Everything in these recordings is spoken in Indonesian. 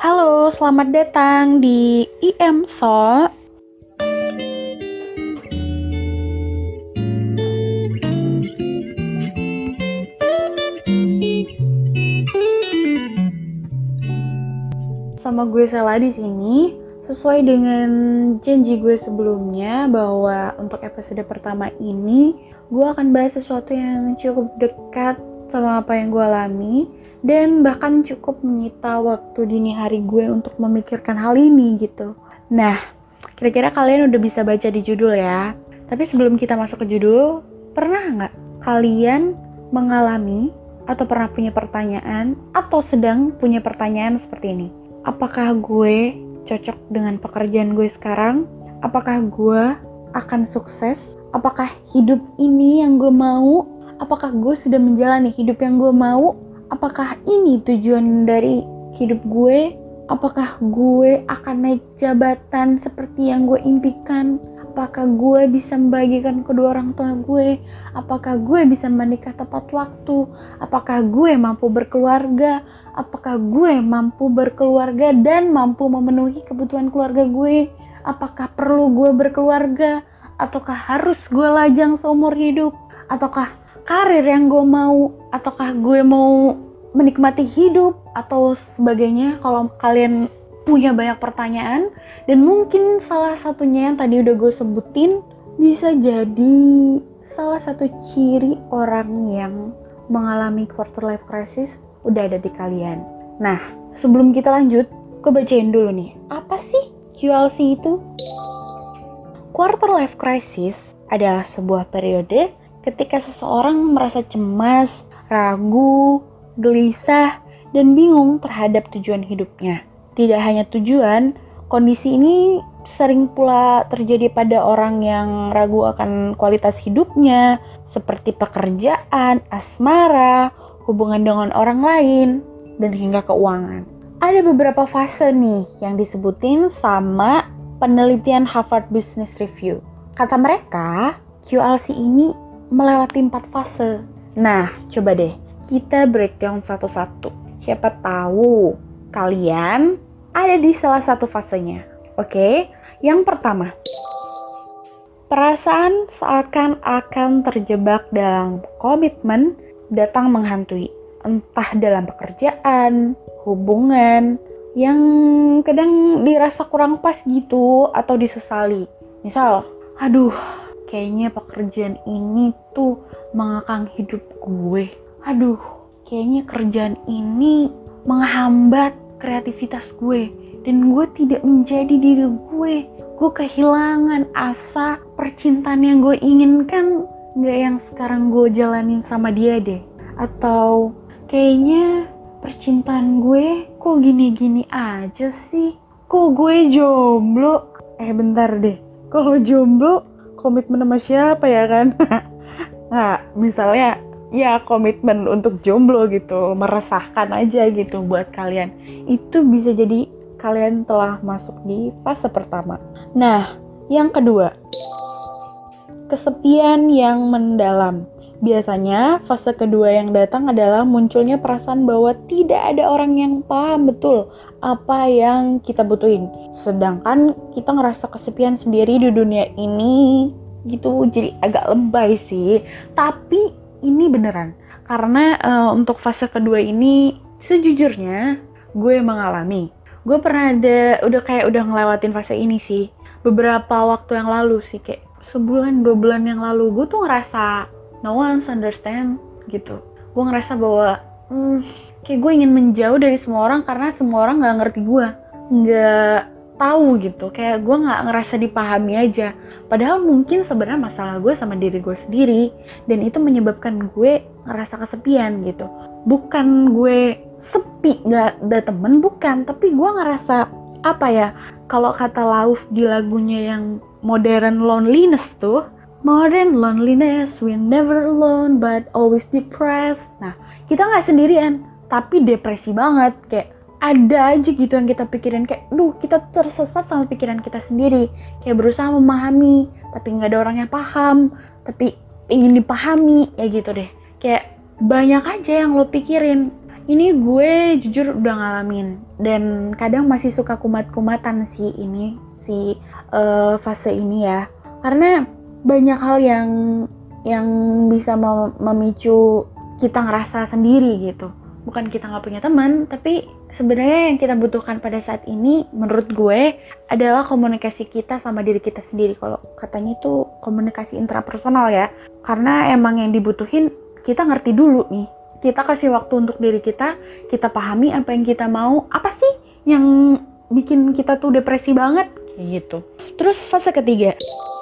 Halo, selamat datang di IM Thought. Sama gue Sela di sini, sesuai dengan janji gue sebelumnya bahwa untuk episode pertama ini gue akan bahas sesuatu yang cukup dekat sama apa yang gue alami dan bahkan cukup menyita waktu dini hari gue untuk memikirkan hal ini gitu. Nah, kira-kira kalian udah bisa baca di judul ya. Tapi sebelum kita masuk ke judul, pernah nggak kalian mengalami atau pernah punya pertanyaan atau sedang punya pertanyaan seperti ini? Apakah gue cocok dengan pekerjaan gue sekarang? Apakah gue akan sukses? Apakah hidup ini yang gue mau? Apakah gue sudah menjalani hidup yang gue mau? Apakah ini tujuan dari hidup gue? Apakah gue akan naik jabatan seperti yang gue impikan? Apakah gue bisa membagikan kedua orang tua gue? Apakah gue bisa menikah tepat waktu? Apakah gue mampu berkeluarga? Apakah gue mampu berkeluarga dan mampu memenuhi kebutuhan keluarga gue? Apakah perlu gue berkeluarga? Ataukah harus gue lajang seumur hidup? Ataukah karir yang gue mau? Ataukah gue mau menikmati hidup? Atau sebagainya? Kalau kalian punya banyak pertanyaan dan mungkin salah satunya yang tadi udah gue sebutin bisa jadi salah satu ciri orang yang mengalami quarter life crisis udah ada di kalian. Nah, sebelum kita lanjut, gue bacain dulu nih. Apa sih QLC itu? Quarter life crisis adalah sebuah periode ketika seseorang merasa cemas, ragu, gelisah, dan bingung terhadap tujuan hidupnya. Tidak hanya tujuan, kondisi ini sering pula terjadi pada orang yang ragu akan kualitas hidupnya, seperti pekerjaan, asmara, hubungan dengan orang lain, dan hingga keuangan. Ada beberapa fase nih yang disebutin sama penelitian Harvard Business Review. Kata mereka, QLC ini melewati 4 fase. Nah, coba deh kita breakdown satu-satu. Siapa tahu kalian ada di salah satu fasenya. Oke, yang pertama, perasaan seakan-akan terjebak dalam komitmen datang menghantui, entah dalam pekerjaan, hubungan, yang kadang dirasa kurang pas gitu atau disesali. Misal, aduh, kayaknya pekerjaan ini tuh mengekang hidup gue. Aduh, kayaknya kerjaan ini menghambat kreativitas gue dan gue tidak menjadi diri gue. Gue kehilangan asa percintaan yang gue inginkan, gak yang sekarang gue jalanin sama dia deh. Atau kayaknya percintaan gue kok gini-gini aja sih. Kok gue jomblo? Bentar deh, kalau jomblo komitmen sama siapa ya kan? Nah, misalnya ya komitmen untuk jomblo gitu, meresahkan aja gitu buat kalian. Itu bisa jadi kalian telah masuk di fase pertama. Nah, yang kedua, kesepian yang mendalam. Biasanya fase kedua yang datang adalah munculnya perasaan bahwa tidak ada orang yang paham betul apa yang kita butuhin. Sedangkan kita ngerasa kesepian sendiri di dunia ini gitu, jadi agak lebay sih. Tapi ini beneran, karena untuk fase kedua ini sejujurnya gue mengalami. Gue pernah udah ngelewatin fase ini sih beberapa waktu yang lalu sih, kayak sebulan 2 bulan yang lalu. Gue tuh ngerasa no one's understand gitu. Gue ngerasa bahwa kayak gue ingin menjauh dari semua orang karena semua orang gak ngerti gue, gak tahu gitu, kayak gue nggak ngerasa dipahami aja. Padahal mungkin sebenarnya masalah gue sama diri gue sendiri, dan itu menyebabkan gue ngerasa kesepian gitu. Bukan gue sepi nggak ada temen, bukan, tapi gue ngerasa apa ya, kalau kata Lauf di lagunya yang Modern Loneliness tuh, Modern loneliness, we never alone but always depressed. Nah, kita nggak sendirian tapi depresi banget, kayak ada aja gitu yang kita pikirin, kayak kita tersesat sama pikiran kita sendiri, kayak berusaha memahami tapi nggak ada orang yang paham, tapi ingin dipahami ya gitu deh. Kayak banyak aja yang lo pikirin, Ini gue jujur udah ngalamin dan kadang masih suka kumat-kumatan sih ini fase ini ya. Karena banyak hal yang bisa memicu kita ngerasa sendiri gitu. Bukan kita nggak punya teman, tapi sebenarnya yang kita butuhkan pada saat ini menurut gue adalah komunikasi kita sama diri kita sendiri. Kalau katanya itu komunikasi intrapersonal ya. Karena emang yang dibutuhin kita ngerti dulu nih. Kita kasih waktu untuk diri kita pahami apa yang kita mau, apa sih yang bikin kita tuh depresi banget, kayak gitu. Terus fase ketiga,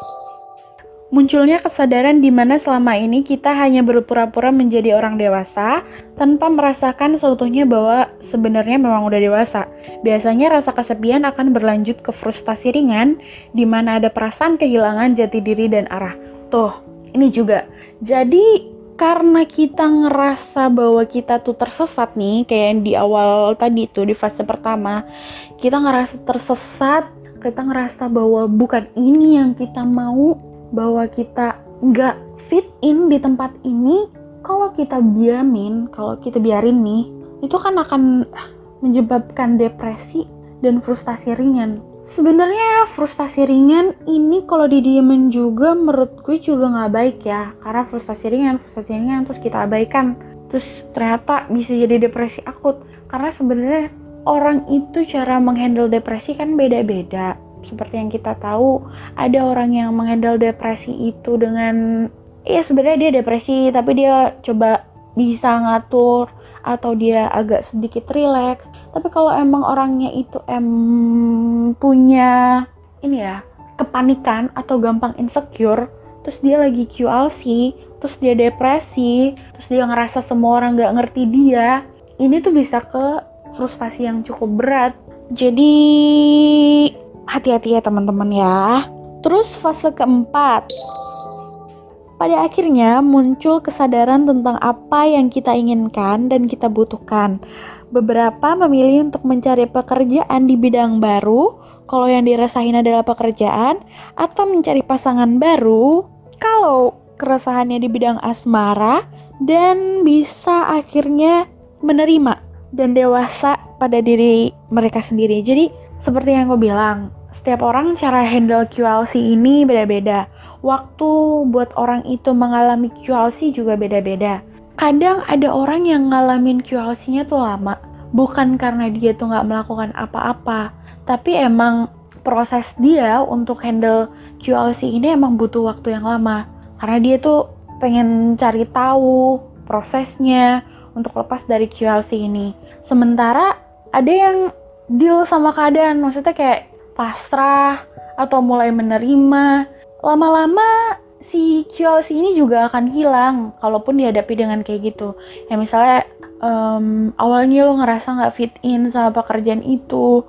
munculnya kesadaran di mana selama ini kita hanya berpura-pura menjadi orang dewasa tanpa merasakan seutuhnya bahwa sebenarnya memang udah dewasa. Biasanya rasa kesepian akan berlanjut ke frustasi ringan di mana ada perasaan kehilangan jati diri dan arah. Tuh, ini juga. Jadi karena kita ngerasa bahwa kita tuh tersesat nih, kayak yang di awal tadi tuh di fase pertama, kita ngerasa tersesat, kita ngerasa bahwa bukan ini yang kita mau, bahwa kita nggak fit in di tempat ini. Kalau kita biarin nih, itu kan akan menyebabkan depresi dan frustasi ringan. Sebenarnya frustasi ringan ini kalau didiemin juga menurut gue juga nggak baik ya, karena frustasi ringan terus kita abaikan, terus ternyata bisa jadi depresi akut. Karena sebenarnya orang itu cara menghandle depresi kan beda-beda. Seperti yang kita tahu, ada orang yang menghandle depresi itu dengan sebenarnya dia depresi tapi dia coba bisa ngatur atau dia agak sedikit rileks. Tapi kalau emang orangnya itu punya kepanikan atau gampang insecure, terus dia lagi QLC, terus dia depresi, terus dia ngerasa semua orang gak ngerti dia, ini tuh bisa ke frustasi yang cukup berat. Jadi hati-hati ya teman-teman ya. Terus fase keempat, pada akhirnya muncul kesadaran tentang apa yang kita inginkan dan kita butuhkan. Beberapa memilih untuk mencari pekerjaan di bidang baru, kalau yang dirasain adalah pekerjaan, atau mencari pasangan baru, kalau keresahannya di bidang asmara, dan bisa akhirnya menerima dan dewasa pada diri mereka sendiri. Jadi seperti yang gue bilang, setiap orang cara handle QLC ini beda-beda. Waktu buat orang itu mengalami QLC juga beda-beda. Kadang ada orang yang ngalamin QLC-nya tuh lama, bukan karena dia tuh gak melakukan apa-apa, tapi emang proses dia untuk handle QLC ini emang butuh waktu yang lama, karena dia tuh pengen cari tahu prosesnya untuk lepas dari QLC ini. Sementara ada yang deal sama keadaan, maksudnya kayak pasrah atau mulai menerima. Lama-lama si QLC ini juga akan hilang kalaupun dihadapi dengan kayak gitu. Ya misalnya awalnya lo ngerasa gak fit in sama pekerjaan itu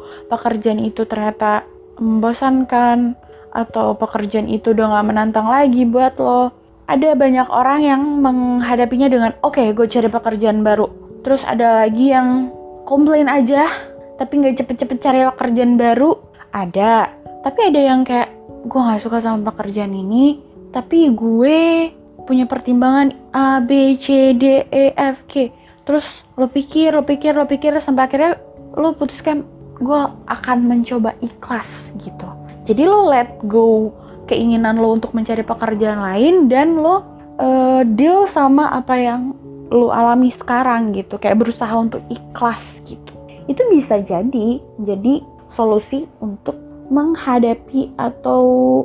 ternyata membosankan, atau pekerjaan itu udah gak menantang lagi buat lo. Ada banyak orang yang menghadapinya dengan oke, gue cari pekerjaan baru. Terus ada lagi yang komplain aja tapi gak cepet-cepet cari pekerjaan baru. Ada, tapi ada yang kayak gue gak suka sama pekerjaan ini, tapi gue punya pertimbangan A, B, C, D, E, F, G. Terus lo pikir sampai akhirnya lo putuskan gue akan mencoba ikhlas gitu. Jadi lo let go keinginan lo untuk mencari pekerjaan lain dan lo deal sama apa yang lo alami sekarang gitu. Kayak berusaha untuk ikhlas gitu. Itu bisa jadi solusi untuk menghadapi atau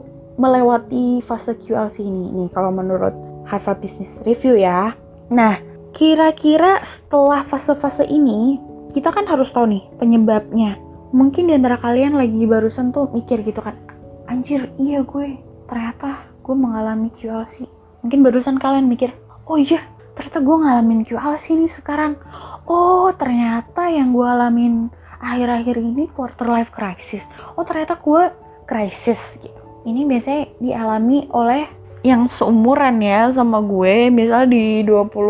melewati fase QLC ini nih kalau menurut Harvard Business Review ya. Nah, kira-kira setelah fase-fase ini kita kan harus tahu nih penyebabnya. Mungkin di antara kalian lagi barusan tuh mikir gitu kan, anjir iya ternyata gue mengalami QLC. Mungkin barusan kalian mikir, oh iya ternyata gue ngalamin QLC nih sekarang. Oh ternyata yang gue alamin akhir-akhir ini quarter life crisis. Oh ternyata gue krisis gitu. Ini biasanya dialami oleh yang seumuran ya sama gue, misalnya di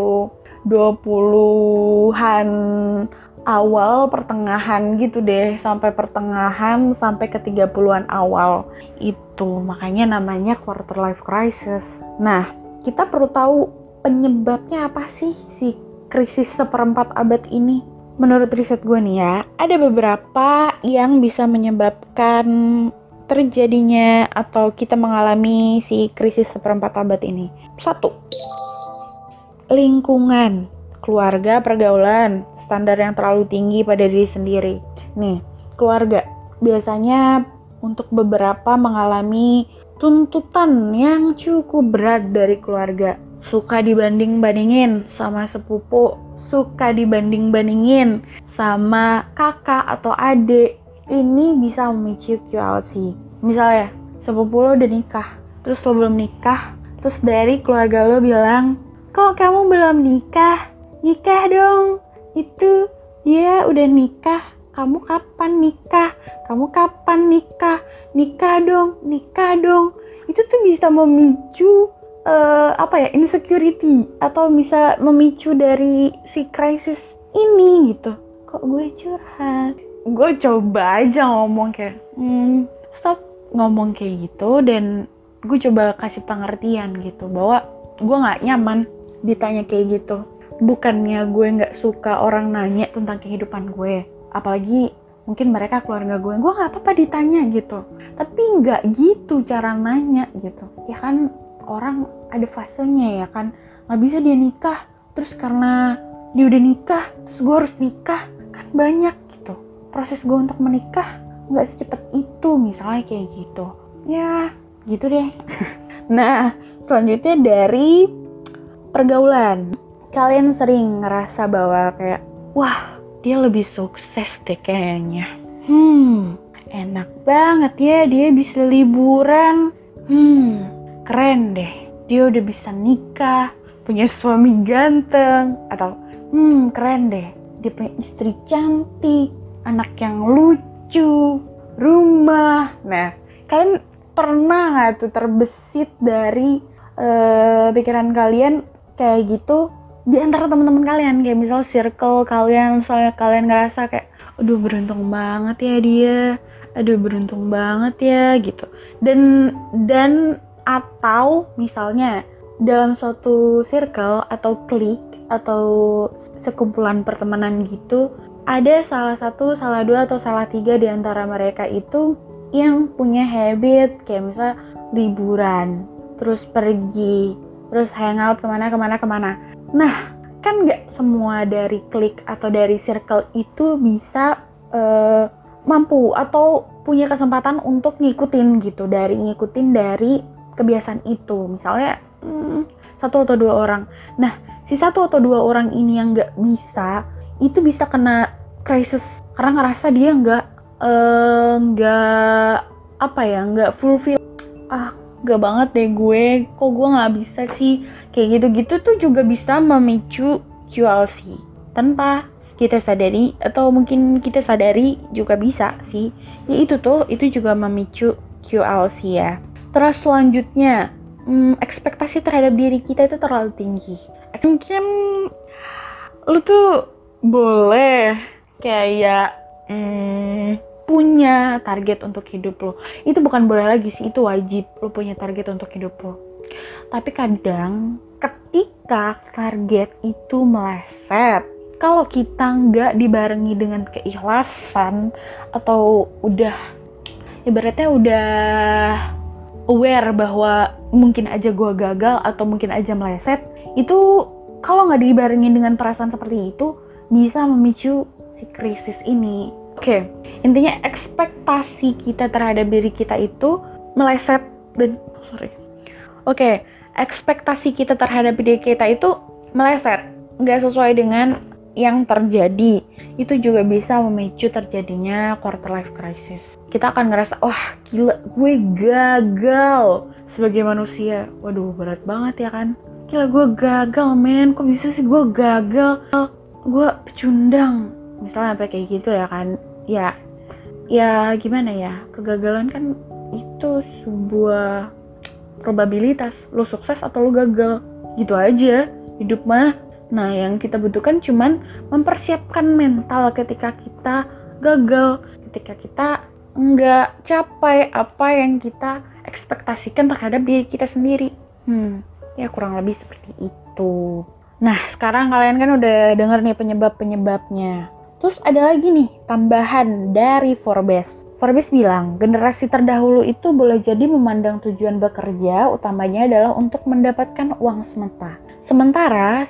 20-an awal, pertengahan gitu deh, sampai pertengahan sampai ke 30-an awal. Itu makanya namanya quarter life crisis. Nah, kita perlu tahu penyebabnya apa sih si krisis seperempat abad ini? Menurut riset gue nih ya, ada beberapa yang bisa menyebabkan terjadinya atau kita mengalami si krisis seperempat abad ini. 1. Lingkungan, keluarga, pergaulan, standar yang terlalu tinggi pada diri sendiri. Nih, keluarga biasanya untuk beberapa mengalami tuntutan yang cukup berat dari keluarga. Suka dibanding-bandingin sama sepupu, suka dibanding-bandingin sama kakak atau adik. Ini bisa memicu QLC. Misalnya, sepupu lo udah nikah, terus lo belum nikah, terus dari keluarga lo bilang, kok kamu belum nikah? Nikah dong, itu dia udah nikah, kamu kapan nikah? Kamu kapan nikah? Nikah dong. Itu tuh bisa memicu insecurity atau bisa memicu dari si krisis ini gitu. Kok gue curhat? Gue coba aja ngomong kayak stop ngomong kayak gitu, dan gue coba kasih pengertian gitu bahwa gue nggak nyaman ditanya kayak gitu. Bukannya gue nggak suka orang nanya tentang kehidupan gue, apalagi mungkin mereka keluarga gue nggak apa-apa ditanya gitu, tapi nggak gitu cara nanya gitu ya kan. Orang ada fasenya ya kan, nggak bisa dia nikah terus karena dia udah nikah terus gue harus nikah, kan banyak gitu proses gue untuk menikah, nggak secepat itu misalnya kayak gitu ya gitu deh. Nah, selanjutnya dari pergaulan. Kalian sering ngerasa bahwa kayak, wah dia lebih sukses deh kayaknya, enak banget ya dia bisa liburan, keren deh dia udah bisa nikah, punya suami ganteng, atau keren deh dia punya istri cantik, anak yang lucu, rumah. Nah, kalian pernah gak tuh terbesit dari pikiran kalian kayak gitu di antara teman-teman kalian, kayak misal circle kalian, soalnya kalian ngerasa kayak aduh beruntung banget ya dia, aduh beruntung banget ya gitu, dan atau misalnya dalam suatu circle atau klik atau sekumpulan pertemanan gitu, ada salah satu, salah dua, atau salah tiga di antara mereka itu yang punya habit kayak misal liburan, terus pergi, terus hangout kemana. Nah, kan gak semua dari klik atau dari circle itu bisa mampu atau punya kesempatan untuk ngikutin dari kebiasaan itu. Misalnya satu atau dua orang. Nah, si satu atau dua orang ini yang gak bisa, itu bisa kena krisis karena ngerasa dia nggak fulfill. Gak banget deh gue, kok gue nggak bisa sih, kayak gitu-gitu tuh juga bisa memicu QLC tanpa kita sadari, atau mungkin kita sadari juga bisa sih. Ya itu juga memicu QLC ya. Terus selanjutnya, ekspektasi terhadap diri kita itu terlalu tinggi. Mungkin lu tuh boleh kayak punya target untuk hidup lo. Itu bukan boleh lagi sih, itu wajib lo punya target untuk hidup lo. Tapi kadang ketika target itu meleset, kalau kita nggak dibarengi dengan keikhlasan atau ibaratnya udah aware bahwa mungkin aja gue gagal atau mungkin aja meleset, itu kalau nggak dibarengi dengan perasaan seperti itu bisa memicu si krisis ini. Oke, intinya ekspektasi kita terhadap diri kita itu meleset dan ekspektasi kita terhadap diri kita itu meleset, nggak sesuai dengan yang terjadi. Itu juga bisa memicu terjadinya quarter life crisis. Kita akan ngerasa, wah gila, gue gagal sebagai manusia. Waduh, berat banget ya kan? Gila, gue gagal men, kok bisa sih gue gagal? Gue pecundang. Misalnya sampai kayak gitu ya kan, ya gimana ya, kegagalan kan itu sebuah probabilitas, lo sukses atau lo gagal, gitu aja hidup mah. Nah, yang kita butuhkan cuman mempersiapkan mental ketika kita gagal, ketika kita nggak capai apa yang kita ekspektasikan terhadap diri kita sendiri. Ya kurang lebih seperti itu. Nah, sekarang kalian kan udah denger nih penyebab-penyebabnya. Terus ada lagi nih tambahan dari Forbes. Forbes bilang, generasi terdahulu itu boleh jadi memandang tujuan bekerja utamanya adalah untuk mendapatkan uang semata. Sementara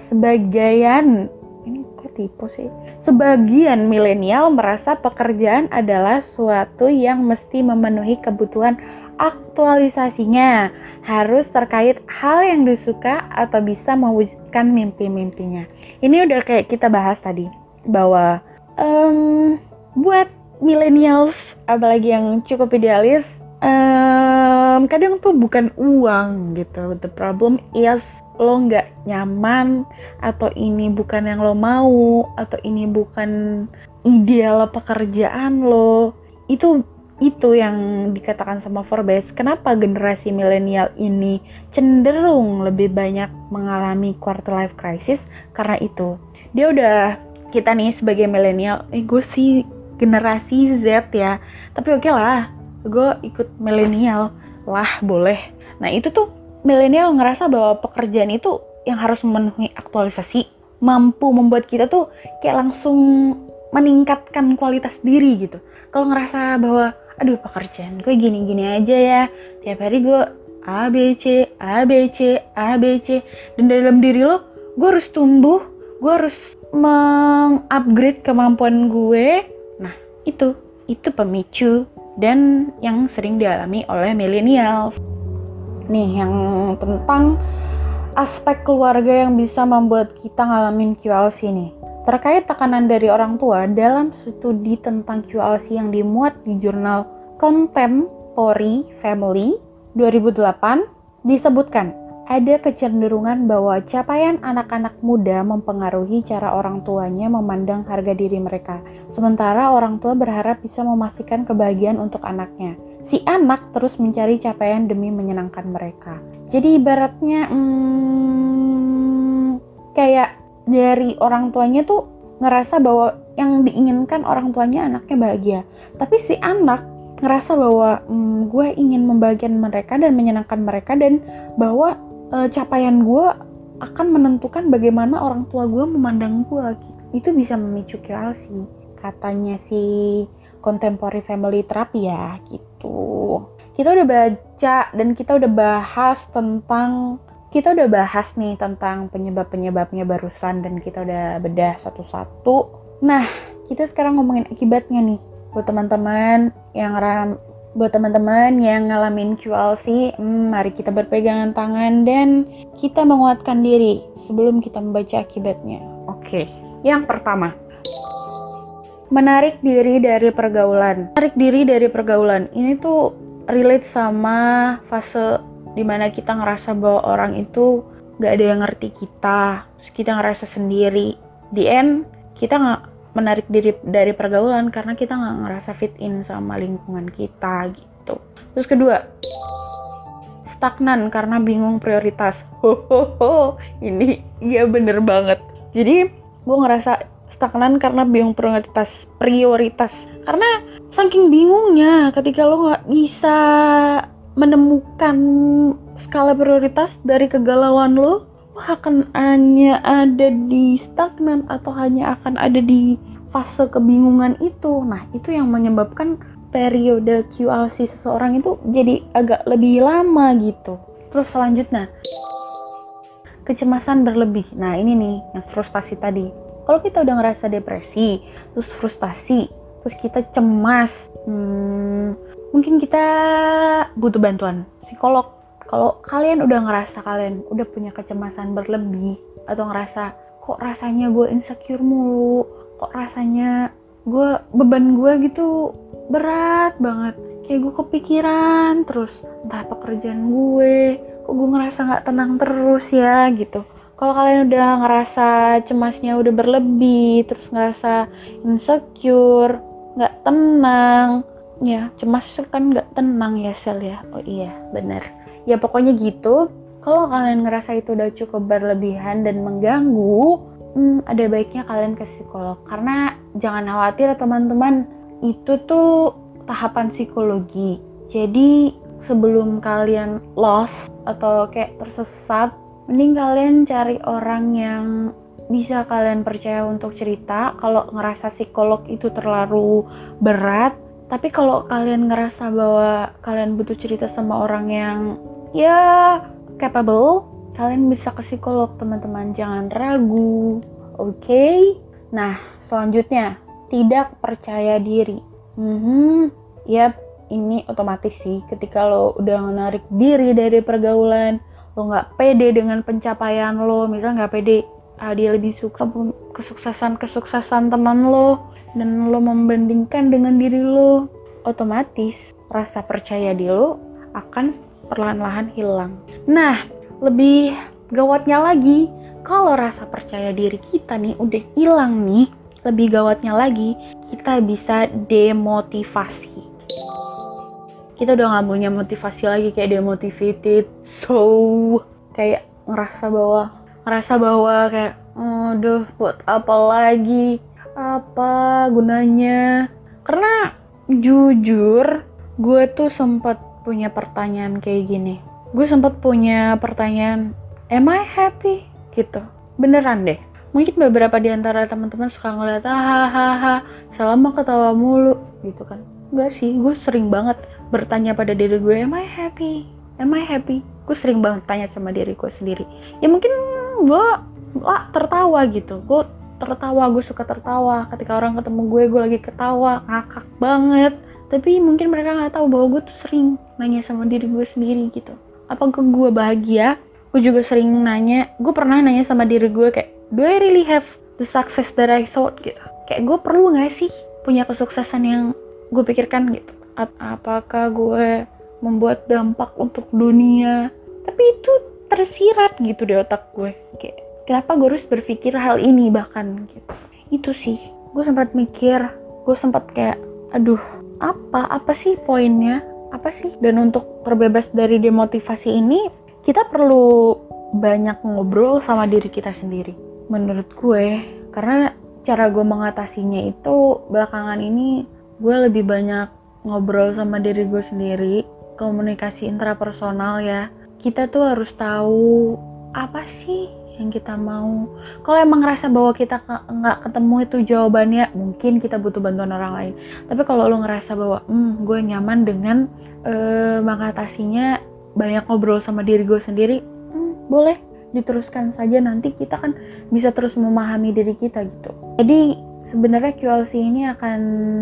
sebagian milenial merasa pekerjaan adalah suatu yang mesti memenuhi kebutuhan aktualisasinya, harus terkait hal yang disuka atau bisa mewujudkan mimpi-mimpinya. Ini udah kayak kita bahas tadi, bahwa buat millennials, apalagi yang cukup idealis, kadang tuh bukan uang gitu. The problem is lo nggak nyaman, atau ini bukan yang lo mau, atau ini bukan ideal pekerjaan lo. Itu yang dikatakan sama Forbes. Kenapa generasi milenial ini cenderung lebih banyak mengalami quarter life crisis? Karena itu. Dia udah, kita nih sebagai milenial, gue sih generasi Z ya, tapi oke lah, gue ikut milenial lah, boleh. Nah itu tuh milenial ngerasa bahwa pekerjaan itu yang harus memenuhi aktualisasi, mampu membuat kita tuh kayak langsung meningkatkan kualitas diri gitu. Kalau ngerasa bahwa aduh pekerjaan gue gini-gini aja ya, tiap hari gue A, B, C, A, B, C, A, B, C, dan dalam diri lo, gue harus tumbuh, gue harus mengupgrade kemampuan gue. Nah itu pemicu dan yang sering dialami oleh millennials. Nih yang tentang aspek keluarga yang bisa membuat kita ngalamin QLC nih. Terkait tekanan dari orang tua, dalam studi tentang QLC yang dimuat di jurnal Contemporary Family 2008 disebutkan ada kecenderungan bahwa capaian anak-anak muda mempengaruhi cara orang tuanya memandang harga diri mereka. Sementara orang tua berharap bisa memastikan kebahagiaan untuk anaknya. Si anak terus mencari capaian demi menyenangkan mereka. Jadi ibaratnya kayak dari orang tuanya tuh ngerasa bahwa yang diinginkan orang tuanya anaknya bahagia. Tapi si anak ngerasa bahwa gue ingin membahagiakan mereka dan menyenangkan mereka, dan bahwa capaian gue akan menentukan bagaimana orang tua gue memandang gue. Itu bisa memicu QLC, katanya si Contemporary Family Therapy ya gitu. Kita udah baca dan kita udah bahas nih tentang penyebab-penyebabnya barusan, dan kita udah bedah satu-satu. Nah, kita sekarang ngomongin akibatnya nih. Buat teman-teman yang ngalamin QLC, mari kita berpegangan tangan dan kita menguatkan diri sebelum kita membaca akibatnya. Oke, yang pertama, menarik diri dari pergaulan. Ini tuh relate sama fase dimana kita ngerasa bahwa orang itu gak ada yang ngerti kita, terus kita ngerasa sendiri. The end, kita gak menarik diri dari pergaulan karena kita gak ngerasa fit in sama lingkungan kita gitu. Terus kedua, stagnan karena bingung prioritas. Ini iya bener banget. Jadi gue ngerasa stagnan karena bingung prioritas. Karena saking bingungnya ketika lo gak bisa menemukan skala prioritas dari kegalauan lo akan hanya ada di stagnan atau hanya akan ada di fase kebingungan itu. Nah, itu yang menyebabkan periode QLC seseorang itu jadi agak lebih lama gitu. Terus selanjutnya, kecemasan berlebih. Nah, ini nih yang frustasi tadi. Kalau kita udah ngerasa depresi, terus frustasi, terus kita cemas, mungkin kita butuh bantuan psikolog. Kalau kalian udah ngerasa kalian udah punya kecemasan berlebih, atau ngerasa kok rasanya gue insecure mulu, kok rasanya beban gue gitu berat banget, kayak gue kepikiran terus entah pekerjaan gue, kok gue ngerasa gak tenang terus ya gitu. Kalau kalian udah ngerasa cemasnya udah berlebih, terus ngerasa insecure, gak tenang, ya cemas kan gak tenang ya Sel ya. Oh iya bener ya, pokoknya gitu. Kalau kalian ngerasa itu udah cukup berlebihan dan mengganggu, ada baiknya kalian ke psikolog. Karena jangan khawatir teman-teman, itu tuh tahapan psikologi. Jadi sebelum kalian lost atau kayak tersesat, Mending kalian cari orang yang bisa kalian percaya untuk cerita. Kalau ngerasa psikolog itu terlalu berat, tapi kalau kalian ngerasa bahwa kalian butuh cerita sama orang yang ya capable, kalian bisa ke psikolog, teman-teman. Jangan ragu. Oke? Nah, selanjutnya, tidak percaya diri. Yap, ini otomatis sih. Ketika lo udah menarik diri dari pergaulan, lo nggak pede dengan pencapaian lo, misalnya nggak pede dia lebih suka kesuksesan teman lo, dan lo membandingkan dengan diri lo, otomatis rasa percaya diri lo akan perlahan-lahan hilang. Nah, lebih gawatnya lagi, kalau rasa percaya diri kita nih udah hilang nih, lebih gawatnya lagi, kita bisa demotivasi. Kita udah gak punya motivasi lagi, kayak demotivated, so kayak ngerasa bahwa kayak aduh, buat apa lagi, apa gunanya. Karena jujur gue tuh sempat punya pertanyaan kayak gini. Gue sempat punya pertanyaan, am I happy? Gitu, beneran deh. Mungkin beberapa di antara teman-teman suka ngeliat hahaha selama ketawa mulu gitu kan. Enggak sih, gue sering banget bertanya pada diri gue, am I happy? Am I happy? Gue sering banget tanya sama diri gue sendiri. Ya mungkin gue tertawa gitu. Gue suka tertawa. Ketika orang ketemu gue lagi ketawa, ngakak banget. Tapi mungkin mereka gak tahu bahwa gue tuh sering nanya sama diri gue sendiri gitu. Apakah gue bahagia? Gue juga sering nanya, gue pernah nanya sama diri gue kayak, do I really have the success that I thought gitu? Kayak gue perlu gak sih punya kesuksesan yang gue pikirkan gitu? Apakah gue membuat dampak untuk dunia? Tapi itu tersirat gitu di otak gue. Kayak, kenapa gue harus berpikir hal ini bahkan gitu? Itu sih, gue sempat mikir, gue sempat kayak, aduh, apa sih poinnya? Apa sih? Dan untuk terbebas dari demotivasi ini, kita perlu banyak ngobrol sama diri kita sendiri. Menurut gue, karena cara gue mengatasinya itu belakangan ini, gue lebih banyak ngobrol sama diri gue sendiri, komunikasi intrapersonal ya. Kita tuh harus tahu apa sih yang kita mau. Kalau emang ngerasa bahwa kita nggak ketemu itu jawabannya, mungkin kita butuh bantuan orang lain. Tapi kalau lo ngerasa bahwa gue nyaman dengan mengatasinya, banyak ngobrol sama diri gue sendiri, boleh diteruskan saja. Nanti kita kan bisa terus memahami diri kita gitu. Jadi sebenarnya QLC ini akan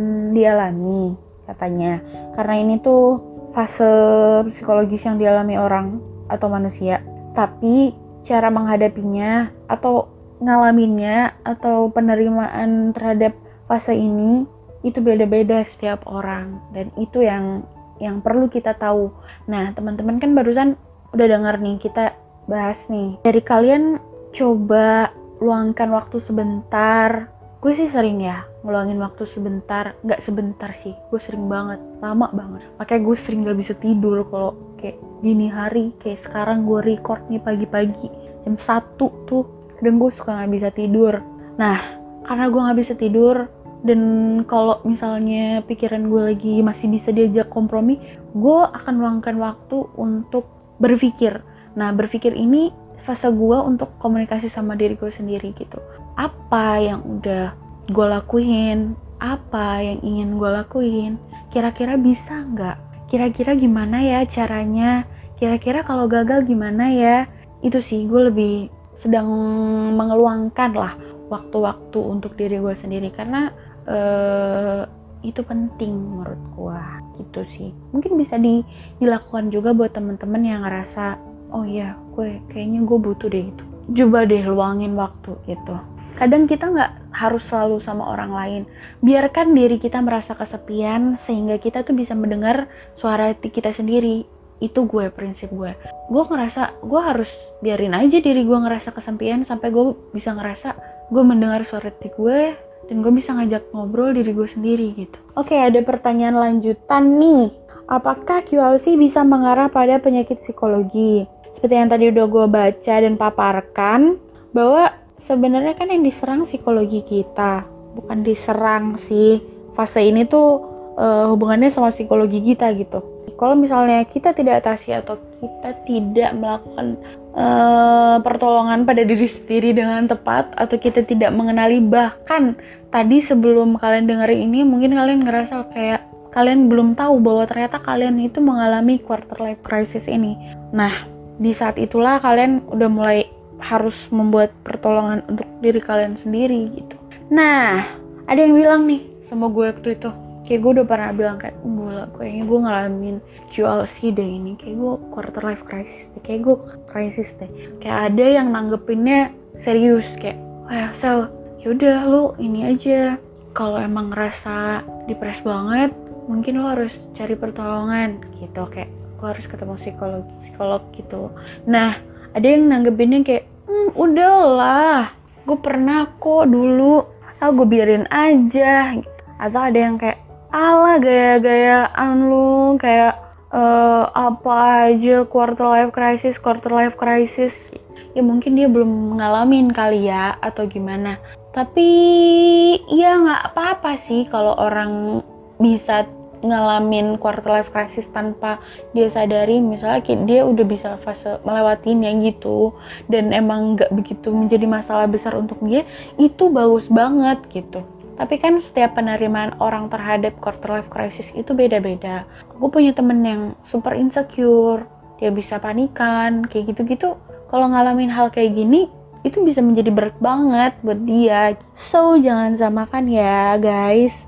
dialami katanya, karena ini tuh fase psikologis yang dialami orang atau manusia. Tapi cara menghadapinya atau ngalaminnya atau penerimaan terhadap fase ini itu beda-beda setiap orang, dan itu yang perlu kita tahu. Nah, teman-teman kan barusan udah dengar nih, kita bahas nih. Dari kalian coba luangkan waktu sebentar. Gue sih sering ya ngeluangin waktu sebentar, nggak sebentar sih, gue sering banget, lama banget. Makanya gue sering nggak bisa tidur kalau kayak dini hari, kayak sekarang gue record nih pagi-pagi jam 1 tuh, kadang gue suka nggak bisa tidur. Nah, karena gue nggak bisa tidur, dan kalau misalnya pikiran gue lagi masih bisa diajak kompromi, gue akan meluangkan waktu untuk berpikir. Nah, berpikir ini fase gue untuk komunikasi sama diri gue sendiri gitu. Apa yang udah gue lakuin, apa yang ingin gue lakuin, kira-kira bisa nggak? Kira-kira gimana ya caranya? Kira-kira kalau gagal gimana ya? Itu sih, gue lebih sedang mengeluangkan lah waktu-waktu untuk diri gue sendiri, karena itu penting menurut gue gitu sih. Mungkin bisa dilakukan juga buat temen-temen yang ngerasa, oh iya, kayaknya gue butuh deh itu. Coba deh luangin waktu gitu. Kadang kita nggak harus selalu sama orang lain. Biarkan diri kita merasa kesepian sehingga kita tuh bisa mendengar suara hati kita sendiri. Itu prinsip gue. Gue ngerasa gue harus biarin aja diri gue ngerasa kesepian sampai gue bisa ngerasa gue mendengar suara hati gue dan gue bisa ngajak ngobrol diri gue sendiri gitu. Oke, ada pertanyaan lanjutan nih. Apakah QLC bisa mengarah pada penyakit psikologi? Seperti yang tadi udah gue baca dan paparkan, bahwa sebenarnya kan yang diserang psikologi kita, bukan diserang sih. Fase ini tuh hubungannya sama psikologi kita gitu. Kalau misalnya kita tidak atasi atau kita tidak melakukan pertolongan pada diri sendiri dengan tepat, atau kita tidak mengenali. Bahkan tadi sebelum kalian dengerin ini mungkin kalian ngerasa kayak kalian belum tahu bahwa ternyata kalian itu mengalami quarter life crisis ini. Nah, di saat itulah kalian udah mulai harus membuat pertolongan untuk diri kalian sendiri gitu. Nah, ada yang bilang nih sama gue waktu itu, kayak gue udah pernah bilang kayak kayaknya gue ngalamin QLC deh ini, kayak gue quarter life crisis deh, kayak gue crisis deh. Kayak ada yang nanggepinnya serius, kayak Sel, yaudah lu ini aja, kalau emang ngerasa depres banget mungkin lo harus cari pertolongan gitu, kayak lo harus ketemu psikolog gitu. Nah, ada yang nanggepinnya kayak udahlah, gue pernah kok dulu, gue biarin aja gitu. Atau ada yang kayak ala gaya-gayaan lu, kayak apa aja quarter life crisis. Ya mungkin dia belum ngalamin kali ya, atau gimana. Tapi ya nggak apa-apa sih kalau orang bisa ngalamin quarter life crisis tanpa dia sadari. Misalnya dia udah bisa fase melewatinya gitu, dan emang nggak begitu menjadi masalah besar untuk dia, itu bagus banget gitu. Tapi kan setiap penerimaan orang terhadap quarter life crisis itu beda-beda. Aku punya temen yang super insecure, dia bisa panikan, kayak gitu-gitu. Kalau ngalamin hal kayak gini, itu bisa menjadi berat banget buat dia. So, jangan samakan ya guys,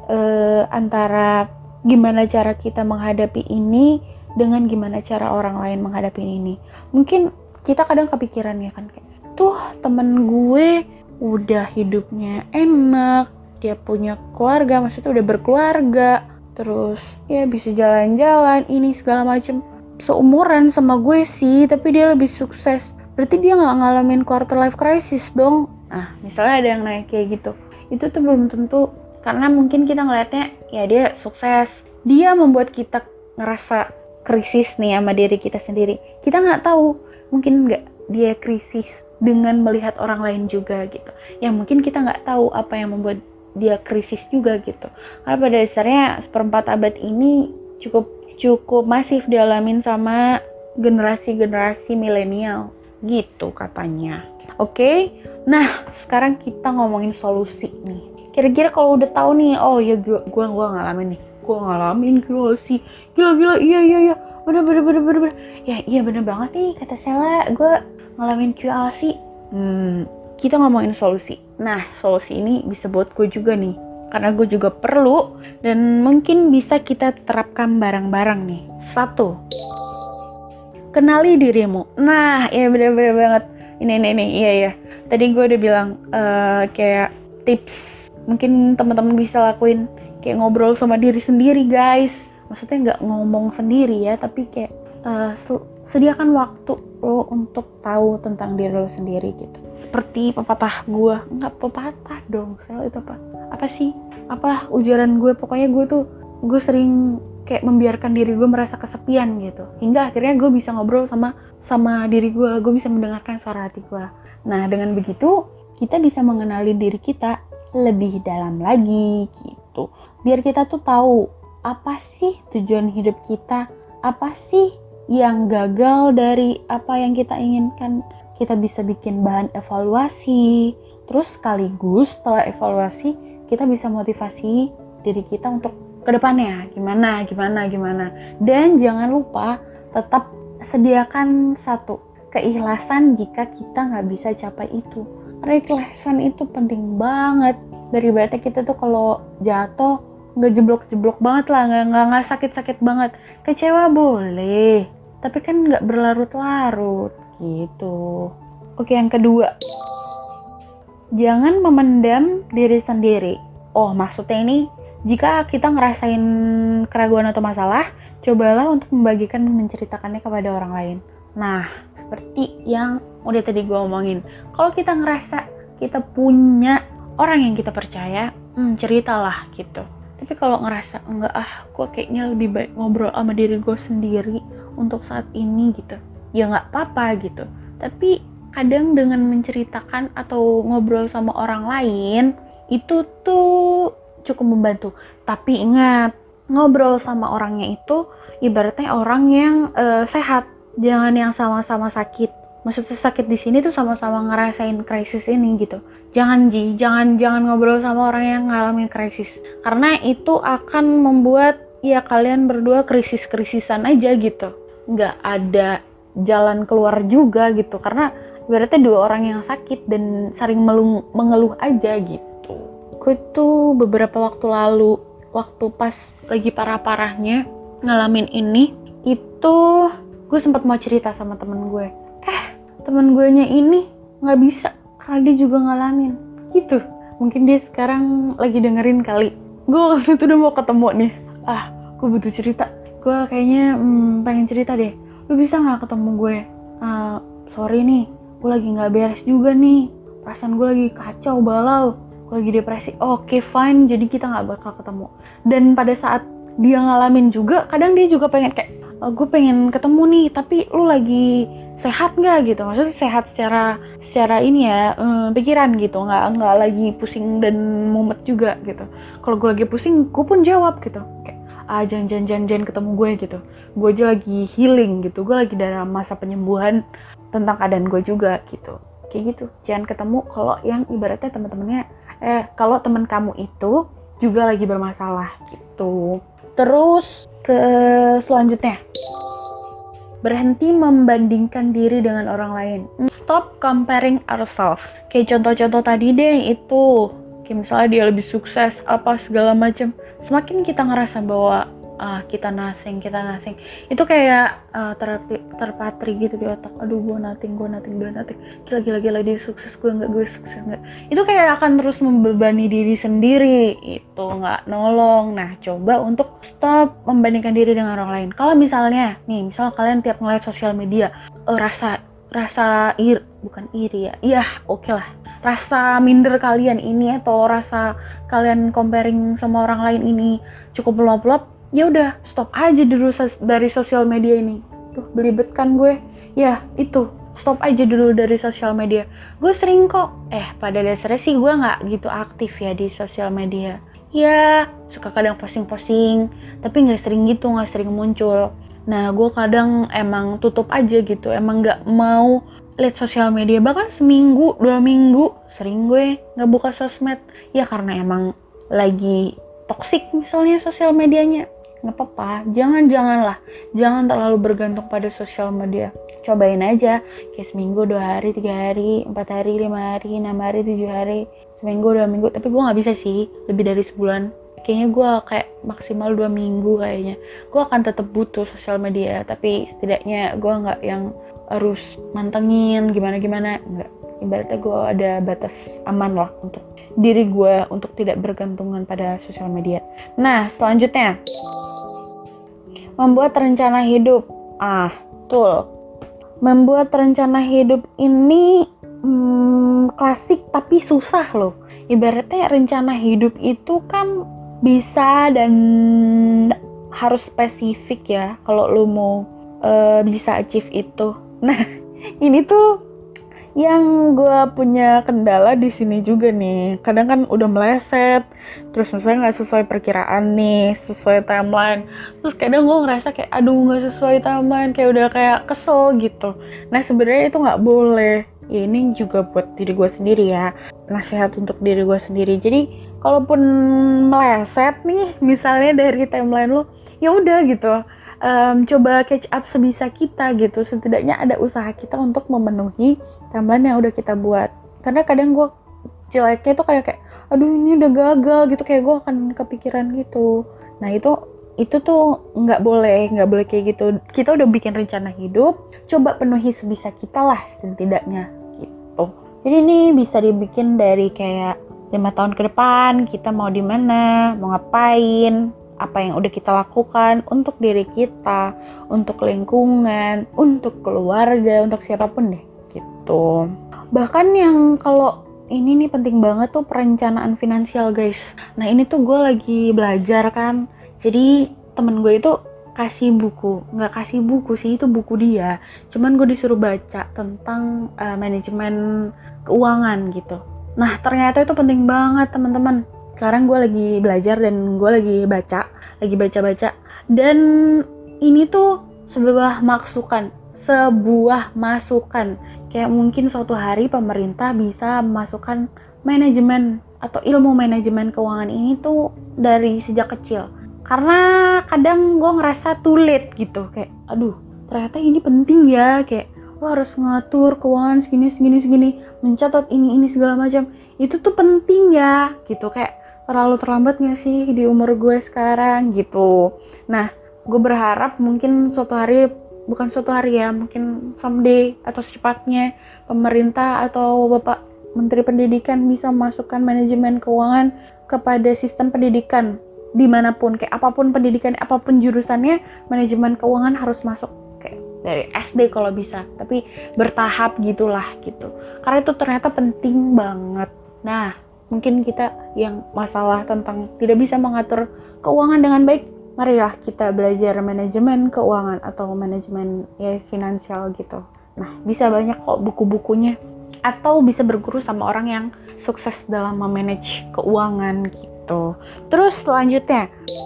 antara gimana cara kita menghadapi ini dengan gimana cara orang lain menghadapi ini. Mungkin kita kadang kepikiran ya kan, kayak tuh temen gue udah hidupnya enak, dia punya keluarga, maksudnya udah berkeluarga, terus ya bisa jalan-jalan, ini segala macem, seumuran sama gue sih, tapi dia lebih sukses, berarti dia nggak ngalamin quarter life crisis dong. Nah, misalnya ada yang naik kayak gitu, itu tuh belum tentu, karena mungkin kita ngelihatnya ya dia sukses, dia membuat kita ngerasa krisis nih sama diri kita sendiri. Kita nggak tahu, mungkin nggak dia krisis dengan melihat orang lain juga gitu, yang mungkin kita nggak tahu apa yang membuat dia krisis juga gitu. Karena pada dasarnya seperempat abad ini cukup masif dialamin sama generasi milenial gitu katanya. Oke. Nah, sekarang kita ngomongin solusi nih. Kira-kira kalau udah tahu nih, oh ya gue ngalamin nih. Gue ngalamin QLC. Gila iya. Bener. Ya iya bener banget nih kata Sela, gue ngalamin QLC. Kita ngomongin solusi. Nah, solusi ini bisa buat gue juga nih, karena gue juga perlu, dan mungkin bisa kita terapkan bareng-bareng nih. 1. Kenali dirimu. Nah, ya bener banget. Ini, iya. Tadi gue udah bilang kayak tips, mungkin teman-teman bisa lakuin, kayak ngobrol sama diri sendiri guys. Maksudnya nggak ngomong sendiri ya, tapi kayak sediakan waktu lo untuk tahu tentang diri lo sendiri gitu. Seperti pepatah gue, nggak pepatah dong, Sel, itu apa sih? Apa ujaran gue, pokoknya gue sering kayak membiarkan diri gue merasa kesepian gitu, hingga akhirnya gue bisa ngobrol sama diri gue bisa mendengarkan suara hati gue. Nah, dengan begitu kita bisa mengenali diri kita lebih dalam lagi gitu, biar kita tuh tahu apa sih tujuan hidup kita, apa sih yang gagal dari apa yang kita inginkan. Kita bisa bikin bahan evaluasi, terus sekaligus setelah evaluasi kita bisa motivasi diri kita untuk kedepannya gimana. Dan jangan lupa tetap sediakan 1, keikhlasan jika kita nggak bisa capai itu. Karena keikhlasan itu penting banget. Dari berarti kita tuh kalau jatuh nggak jeblok banget lah, nggak sakit banget. Kecewa boleh, tapi kan nggak berlarut-larut gitu. Oke, yang kedua, jangan memendam diri sendiri. Oh, maksudnya ini, jika kita ngerasain keraguan atau masalah, cobalah untuk membagikan dan menceritakannya kepada orang lain. Nah, seperti yang udah tadi gue omongin, kalau kita ngerasa kita punya orang yang kita percaya, ceritalah gitu. Tapi kalau ngerasa enggak, gue kayaknya lebih baik ngobrol sama diri gue sendiri untuk saat ini gitu, ya nggak apa-apa gitu. Tapi kadang dengan menceritakan atau ngobrol sama orang lain itu tuh cukup membantu. Tapi ingat, ngobrol sama orangnya itu ibaratnya orang yang sehat, jangan yang sama-sama sakit. maksudnya sakit di sini tuh sama-sama ngerasain krisis ini gitu. Jangan ngobrol sama orang yang ngalamin krisis, karena itu akan membuat ya kalian berdua krisis-krisisan aja gitu, nggak ada jalan keluar juga gitu, karena berarti dua orang yang sakit dan saling mengeluh aja gitu. Gue tuh beberapa waktu lalu, waktu pas lagi parah-parahnya ngalamin ini, itu gue sempat mau cerita sama temen gue. Temen gue nya ini nggak bisa karena dia juga ngalamin gitu. Mungkin dia sekarang lagi dengerin kali. Gue waktu itu udah mau ketemu nih. Gue butuh cerita. Gue kayaknya pengen cerita deh. Lu bisa nggak ketemu gue? Sorry nih, gue lagi nggak beres juga nih. Perasaan gue lagi kacau balau. Gue lagi depresi. Oke, fine. Jadi kita nggak bakal ketemu. Dan pada saat dia ngalamin juga, kadang dia juga pengen kayak, gue pengen ketemu nih, tapi lu lagi sehat nggak gitu, maksudnya sehat secara ini ya, pikiran gitu, nggak lagi pusing dan mumet juga gitu. Kalau gue lagi pusing, gue pun jawab gitu, kayak jangan ketemu gue gitu, gue aja lagi healing gitu, gue lagi dalam masa penyembuhan tentang keadaan gue juga gitu, kayak gitu. Jangan ketemu kalau yang ibaratnya teman-temannya, kalau teman kamu itu juga lagi bermasalah gitu. Terus ke selanjutnya, berhenti membandingkan diri dengan orang lain. Stop comparing ourselves. Kayak contoh-contoh tadi deh itu, kayak misalnya dia lebih sukses apa segala macam. Semakin kita ngerasa bahwa kita nothing, itu kayak terpatri gitu di otak. Aduh, gue nothing. Gila dia sukses, gue sukses nggak. Itu kayak akan terus membebani diri sendiri. Itu nggak nolong. Nah, coba untuk stop membandingkan diri dengan orang lain. Kalau misalnya, misal kalian tiap ngeliat sosial media, rasa bukan iri ya. Iya, oke lah. Rasa minder kalian ini atau rasa kalian comparing sama orang lain ini cukup meluap-luap, ya udah stop aja dulu dari sosial media ini. Tuh belibet kan gue. Ya itu, stop aja dulu dari sosial media. Gue sering kok, pada dasarnya sih gue nggak gitu aktif ya di sosial media. Ya suka kadang posting, tapi nggak sering gitu, nggak sering muncul. Nah gue kadang emang tutup aja gitu, emang nggak mau lihat sosial media. Bahkan seminggu, 2 minggu sering gue nggak buka sosmed. Ya karena emang lagi toksik misalnya sosial medianya. Nggak apa-apa, jangan terlalu bergantung pada sosial media. Cobain aja, kayak seminggu, 2 hari, 3 hari, 4 hari, 5 hari, 6 hari, 7 hari, seminggu, 2 minggu. Tapi gue nggak bisa sih lebih dari sebulan. Kayaknya gue kayak maksimal 2 minggu kayaknya. Gue akan tetap butuh sosial media, tapi setidaknya gue nggak yang harus mantengin gimana, nggak. Ibaratnya gue ada batas aman lah untuk diri gue untuk tidak bergantungan pada sosial media. Nah, selanjutnya, membuat rencana hidup. Betul. Membuat rencana hidup ini klasik tapi susah loh. Ibaratnya rencana hidup itu kan bisa dan harus spesifik ya kalau lo mau bisa achieve itu. Nah, ini tuh yang gue punya kendala di sini juga nih. Kadang kan udah meleset, terus misalnya nggak sesuai perkiraan nih, sesuai timeline. Terus kadang gue ngerasa kayak aduh nggak sesuai timeline, kayak udah kayak kesel gitu. Nah sebenarnya itu nggak boleh. Ya ini juga buat diri gue sendiri ya, nasihat untuk diri gue sendiri. Jadi kalaupun meleset nih, misalnya dari timeline lo, ya udah gitu. Coba catch up sebisa kita gitu. Setidaknya ada usaha kita untuk memenuhi timeline yang udah kita buat. Karena kadang gue jeleknya tuh kayak aduh ini udah gagal gitu, kayak gue akan kepikiran gitu. Nah itu tuh nggak boleh kayak gitu. Kita udah bikin rencana hidup, coba penuhi sebisa kita lah setidaknya gitu. Jadi ini bisa dibikin dari kayak 5 tahun ke depan kita mau di mana, mau ngapain, apa yang udah kita lakukan untuk diri kita, untuk lingkungan, untuk keluarga, untuk siapapun deh gitu. Bahkan yang kalau ini nih penting banget tuh perencanaan finansial guys. Nah ini tuh gue lagi belajar kan. Jadi temen gue itu kasih buku, nggak kasih buku sih, itu buku dia. Cuman gue disuruh baca tentang manajemen keuangan gitu. Nah ternyata itu penting banget teman-teman. Sekarang gue lagi belajar dan gue lagi baca. Dan ini tuh sebuah masukan Kayak mungkin suatu hari pemerintah bisa memasukkan manajemen atau ilmu manajemen keuangan ini tuh dari sejak kecil. Karena kadang gue ngerasa too late gitu, kayak aduh ternyata ini penting ya, kayak lo harus ngatur keuangan segini, mencatat ini segala macam. Itu tuh penting ya gitu, kayak terlalu terlambat gak sih di umur gue sekarang gitu. Nah, gue berharap mungkin bukan suatu hari ya, mungkin someday atau secepatnya pemerintah atau Bapak Menteri Pendidikan bisa memasukkan manajemen keuangan kepada sistem pendidikan dimanapun, kayak apapun pendidikan, apapun jurusannya, manajemen keuangan harus masuk, kayak dari SD kalau bisa, tapi bertahap gitulah gitu, karena itu ternyata penting banget. Nah, mungkin kita yang masalah tentang tidak bisa mengatur keuangan dengan baik, marilah kita belajar manajemen keuangan atau manajemen ya finansial gitu. Nah, bisa banyak kok buku-bukunya, atau bisa berguru sama orang yang sukses dalam memanage keuangan gitu. Terus selanjutnya,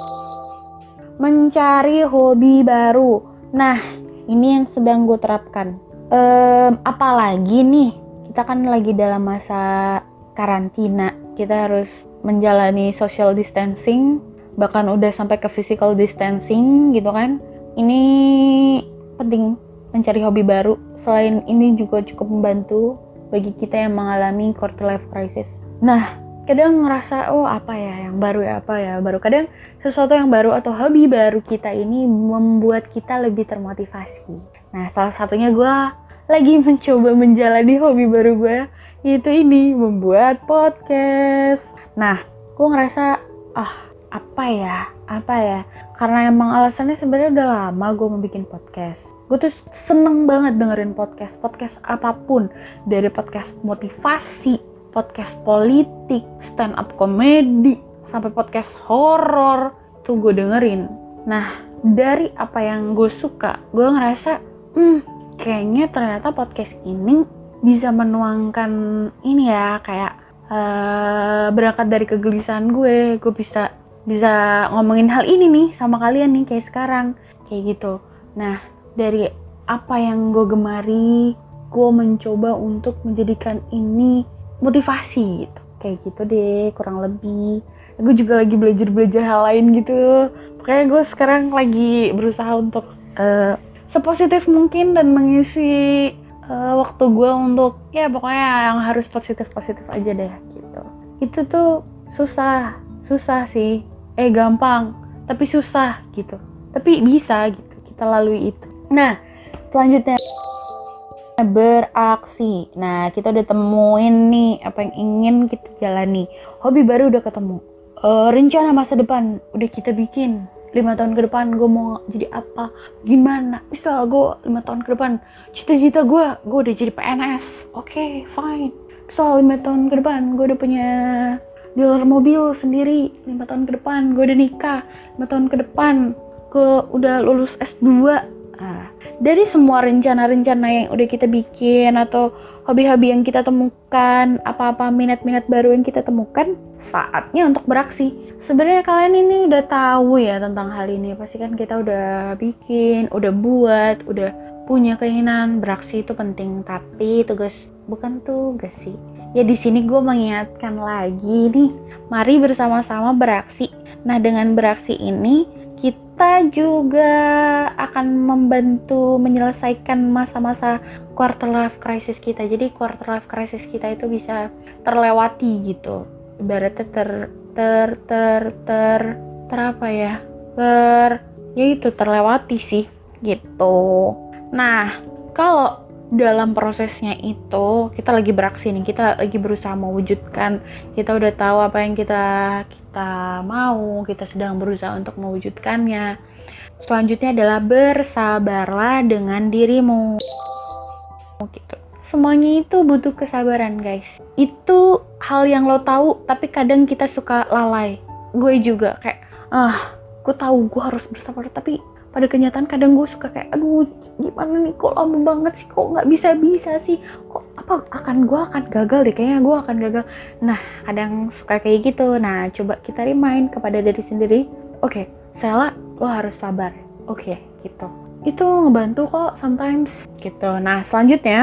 mencari hobi baru. Nah, ini yang sedang gue terapkan. Apalagi nih, kita kan lagi dalam masa karantina, kita harus menjalani social distancing, bahkan udah sampai ke physical distancing gitu kan. Ini penting mencari hobi baru. Selain ini juga cukup membantu bagi kita yang mengalami quarter life crisis. Nah, kadang ngerasa apa ya yang baru ya, kadang sesuatu yang baru atau hobi baru kita ini membuat kita lebih termotivasi. Nah, salah satunya gue lagi mencoba menjalani hobi baru gue, yaitu ini, membuat podcast. Nah, gue ngerasa apa ya, karena emang alasannya sebenarnya udah lama gue mau bikin podcast. Gue tuh seneng banget dengerin podcast apapun, dari podcast motivasi, podcast politik, stand up comedy, sampai podcast horor tuh gue dengerin. Nah, dari apa yang gue suka, gue ngerasa kayaknya ternyata podcast ini bisa menuangkan ini ya, kayak berangkat dari kegelisahan gue bisa ngomongin hal ini nih sama kalian nih kayak sekarang, kayak gitu. Nah, dari apa yang gue gemari, gue mencoba untuk menjadikan ini motivasi gitu, kayak gitu deh kurang lebih. Gue juga lagi belajar hal lain gitu, pokoknya gue sekarang lagi berusaha untuk sepositif mungkin dan mengisi waktu gue untuk ya pokoknya yang harus positif aja deh gitu. Itu tuh susah sih, gampang tapi susah gitu, tapi bisa gitu kita lalui itu. Nah, selanjutnya beraksi. Nah, kita udah temuin nih apa yang ingin kita jalani, hobi baru udah ketemu, rencana masa depan udah kita bikin. 5 tahun ke depan gue mau jadi apa, gimana, misal gue 5 tahun ke depan cita-cita gue udah jadi PNS, oke, fine. Misal 5 tahun ke depan gue udah punya dealer mobil sendiri, 5 tahun ke depan gue udah nikah, 5 tahun ke depan gue udah lulus S2. Dari semua rencana-rencana yang udah kita bikin atau hobi-hobi yang kita temukan, apa-apa minat-minat baru yang kita temukan, saatnya untuk beraksi. Sebenarnya kalian ini udah tahu ya tentang hal ini, pasti kan kita udah bikin, udah buat, udah punya keinginan. Beraksi itu penting, tapi bukan tugas sih. Ya di sini gue mengingatkan lagi nih, mari bersama-sama beraksi. Nah, dengan beraksi ini kita juga akan membantu menyelesaikan masa-masa quarter life crisis kita. Jadi quarter life crisis kita itu bisa terlewati gitu. Ibaratnya terlewati sih gitu. Nah, kalau dalam prosesnya itu kita lagi beraksi nih, kita lagi berusaha mewujudkan, kita udah tahu apa yang kita mau, kita sedang berusaha untuk mewujudkannya. Selanjutnya adalah bersabarlah dengan dirimu gitu. Semuanya itu butuh kesabaran, guys. Itu hal yang lo tahu, tapi kadang kita suka lalai. Gue juga kayak gue tahu gue harus bersabar, tapi pada kenyataan kadang gue suka kayak aduh gimana nih, kok lama banget sih, kok nggak bisa sih, kok gue akan gagal deh, kayaknya gue akan gagal. Nah, kadang suka kayak gitu. Nah, coba kita remind kepada diri sendiri, oke, Sela, lo harus sabar, oke, gitu. Itu ngebantu kok sometimes gitu. Nah, selanjutnya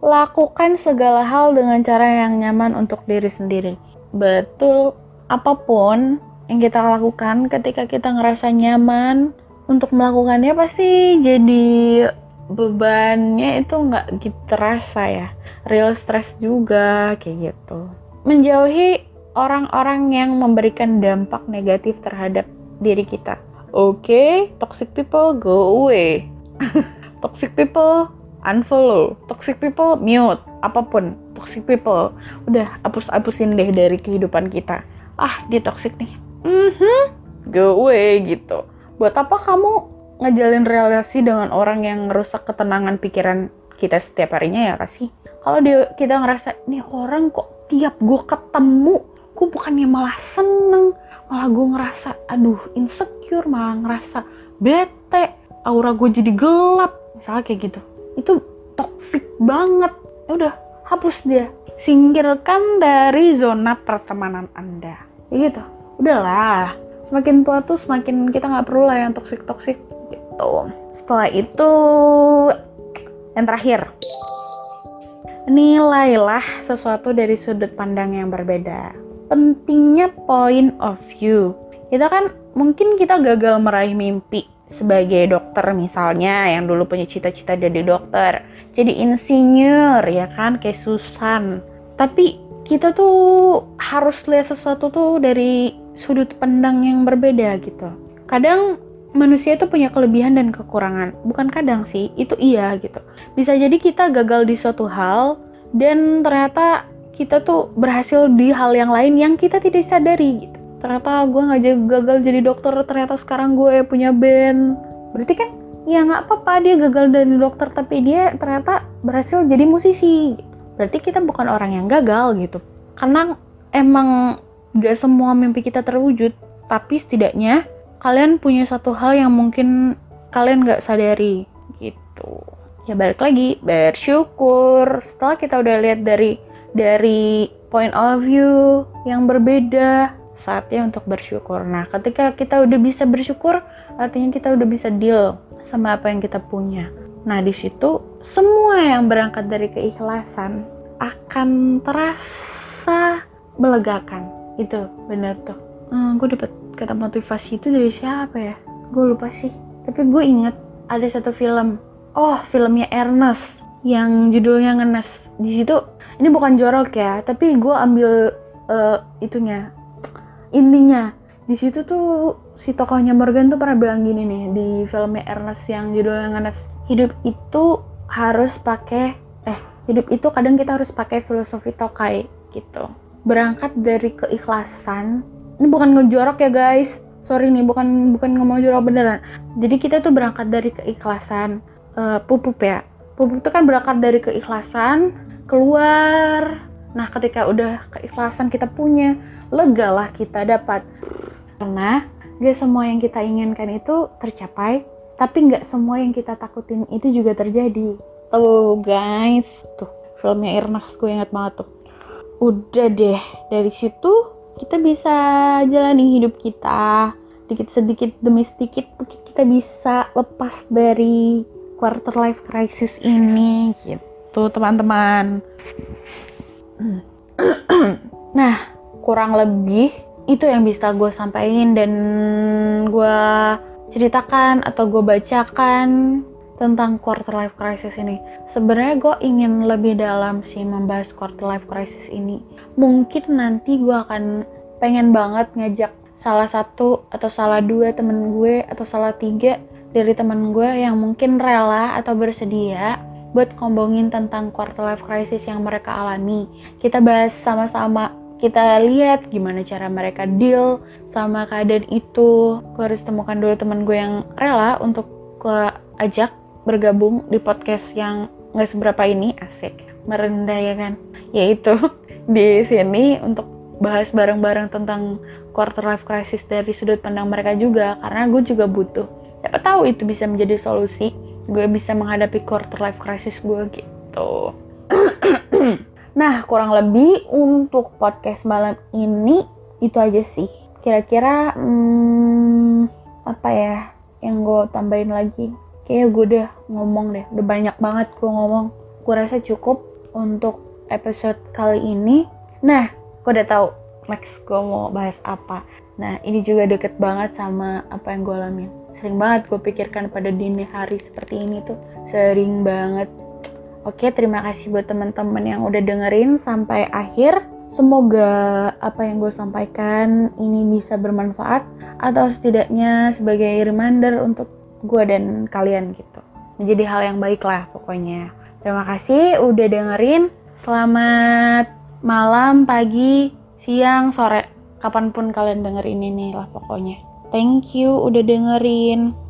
lakukan segala hal dengan cara yang nyaman untuk diri sendiri. Betul, apapun yang kita lakukan ketika kita ngerasa nyaman untuk melakukannya pasti jadi bebannya itu nggak gitu terasa ya. Real stress juga kayak gitu. Menjauhi orang-orang yang memberikan dampak negatif terhadap diri kita. Oke, toxic people go away. Toxic people unfollow, toxic people mute, apapun toxic people udah hapus-hapusin deh dari kehidupan kita. Dia toxic nih, go away gitu. Buat apa kamu ngejalin relasi dengan orang yang ngerusak ketenangan pikiran kita setiap harinya ya kasih. Kalau kita ngerasa nih orang kok tiap gue ketemu gue bukannya malah seneng, malah gue ngerasa insecure, malah ngerasa bete, aura gue jadi gelap misalnya kayak gitu, itu toksik banget. Udah hapus dia, singkirkan dari zona pertemanan Anda gitu. Udahlah, semakin tua tuh semakin kita nggak perlu lah yang toksik gitu. Setelah itu yang terakhir, nilailah sesuatu dari sudut pandang yang berbeda. Pentingnya point of view. Kita kan mungkin kita gagal meraih mimpi sebagai dokter misalnya, yang dulu punya cita-cita jadi dokter, jadi insinyur ya kan, kayak Susan. Tapi kita tuh harus lihat sesuatu tuh dari sudut pandang yang berbeda gitu. Kadang manusia itu punya kelebihan dan kekurangan. Bukan kadang sih, itu iya gitu. Bisa jadi kita gagal di suatu hal dan ternyata kita tuh berhasil di hal yang lain yang kita tidak sadari gitu. Ternyata gue gak gagal jadi dokter, ternyata sekarang gue punya band. Berarti kan ya gak apa-apa dia gagal dari dokter tapi dia ternyata berhasil jadi musisi. Berarti kita bukan orang yang gagal gitu. Karena emang gak semua mimpi kita terwujud, tapi setidaknya kalian punya satu hal yang mungkin kalian gak sadari gitu. Ya balik lagi, bersyukur. Setelah kita udah lihat dari point of view yang berbeda, saatnya untuk bersyukur. Nah, ketika kita udah bisa bersyukur, artinya kita udah bisa deal sama apa yang kita punya. Nah, di situ semua yang berangkat dari keikhlasan akan terasa melegakan. Itu benar tuh. Gue dapet kata motivasi itu dari siapa ya? Gue lupa sih. Tapi gue inget ada satu film. Filmnya Ernest yang judulnya Ngenes. Di situ ini bukan jorok ya, tapi gue ambil intinya di situ tuh si tokohnya Morgan tuh pernah bilang gini nih di filmnya Ernest yang judulnya Ngenes, hidup itu kadang kita harus pakai filosofi Tokai gitu, berangkat dari keikhlasan. Ini bukan ngejorok ya guys, sorry nih, bukan ngomong jorok beneran. Jadi kita tuh berangkat dari keikhlasan. Pupuk itu kan berangkat dari keikhlasan keluar. Nah, ketika udah keikhlasan kita punya, legalah kita dapat. Karena gak semua yang kita inginkan itu tercapai, tapi gak semua yang kita takutin itu juga terjadi. Guys, tuh filmnya Ernest, gue ingat banget tuh. Udah deh, dari situ kita bisa jalani hidup kita sedikit demi sedikit. Kita bisa lepas dari quarter life crisis ini gitu teman-teman. Nah, kurang lebih itu yang bisa gue sampaikan dan gue ceritakan atau gue bacakan tentang quarter life crisis ini. Sebenarnya gue ingin lebih dalam sih membahas quarter life crisis ini. Mungkin nanti gue akan pengen banget ngajak salah satu atau salah dua temen gue atau salah tiga dari temen gue yang mungkin rela atau bersedia buat ngomongin tentang quarter life crisis yang mereka alami. Kita bahas sama-sama, kita lihat gimana cara mereka deal sama keadaan itu. Gue harus temukan dulu temen gue yang rela untuk gue ajak bergabung di podcast yang gak seberapa ini, asik, merendah ya kan. Yaitu di sini untuk bahas bareng-bareng tentang quarter life crisis dari sudut pandang mereka juga, karena gue juga butuh. Siapa tahu itu bisa menjadi solusi gue bisa menghadapi quarter life crisis gue gitu. Nah, kurang lebih untuk podcast malam ini itu aja sih. Kira-kira apa ya yang gue tambahin lagi? Kayaknya gue udah ngomong deh, udah banyak banget gue ngomong. Gue rasa cukup. untuk episode kali ini. Nah, gue udah tahu next gue mau bahas apa. Nah, ini juga deket banget sama apa yang gue alamin. Sering banget gue pikirkan pada dini hari seperti ini tuh. Sering banget. Oke, terima kasih buat teman-teman yang udah dengerin sampai akhir. Semoga apa yang gue sampaikan ini bisa bermanfaat atau setidaknya sebagai reminder untuk gue dan kalian gitu. Menjadi hal yang baik lah pokoknya. Terima kasih udah dengerin. Selamat malam, pagi, siang, sore. Kapanpun kalian dengerin ini lah pokoknya. Thank you udah dengerin.